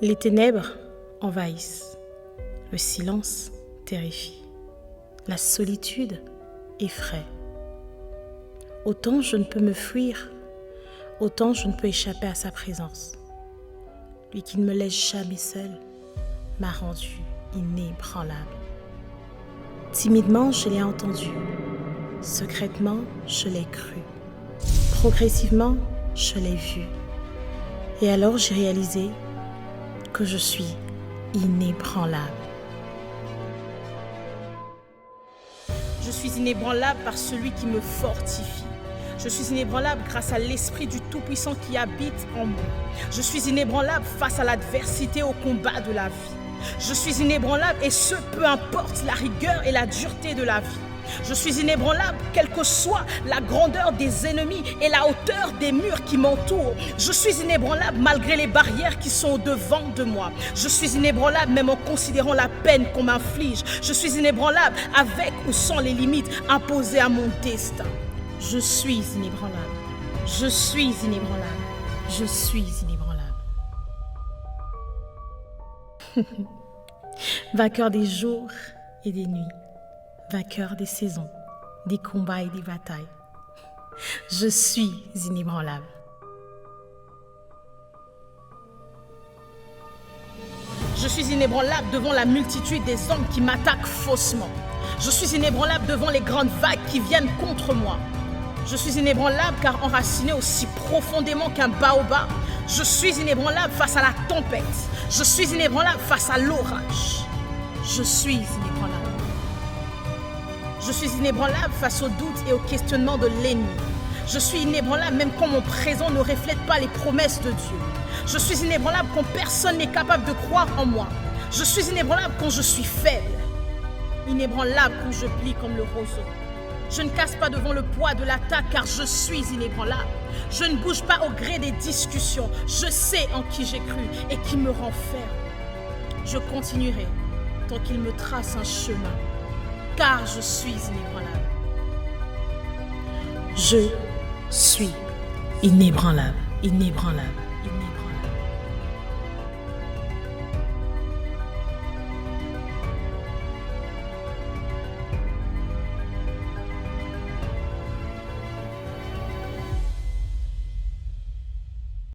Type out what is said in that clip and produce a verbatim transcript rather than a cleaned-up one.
Les ténèbres envahissent, le silence terrifie, la solitude effraie. Autant je ne peux me fuir, autant je ne peux échapper à sa présence. Lui qui ne me laisse jamais seul m'a rendu inébranlable. Timidement, je l'ai entendu. Secrètement, je l'ai cru. Progressivement, je l'ai vu. Et alors j'ai réalisé que je suis inébranlable. Je suis inébranlable par celui qui me fortifie. Je suis inébranlable grâce à l'Esprit du Tout-Puissant qui habite en moi. Je suis inébranlable face à l'adversité, au combat de la vie. Je suis inébranlable et ce, peu importe la rigueur et la dureté de la vie. Je suis inébranlable, quelle que soit la grandeur des ennemis et la hauteur des murs qui m'entourent. Je suis inébranlable malgré les barrières qui sont au-devant de moi. Je suis inébranlable même en considérant la peine qu'on m'inflige. Je suis inébranlable avec ou sans les limites imposées à mon destin. Je suis inébranlable. Je suis inébranlable. Je suis inébranlable. Vainqueur des jours et des nuits. Vainqueur des saisons, des combats et des batailles. Je suis inébranlable. Je suis inébranlable devant la multitude des hommes qui m'attaquent faussement. Je suis inébranlable devant les grandes vagues qui viennent contre moi. Je suis inébranlable car enraciné aussi profondément qu'un baobab. Je suis inébranlable face à la tempête. Je suis inébranlable face à l'orage. Je suis inébranlable. Je suis inébranlable face aux doutes et aux questionnements de l'ennemi. Je suis inébranlable même quand mon présent ne reflète pas les promesses de Dieu. Je suis inébranlable quand personne n'est capable de croire en moi. Je suis inébranlable quand je suis faible. Inébranlable quand je plie comme le roseau. Je ne casse pas devant le poids de l'attaque car je suis inébranlable. Je ne bouge pas au gré des discussions. Je sais en qui j'ai cru et qui me rend ferme. Je continuerai tant qu'il me trace un chemin. Car je suis inébranlable. Je suis inébranlable, inébranlable, inébranlable.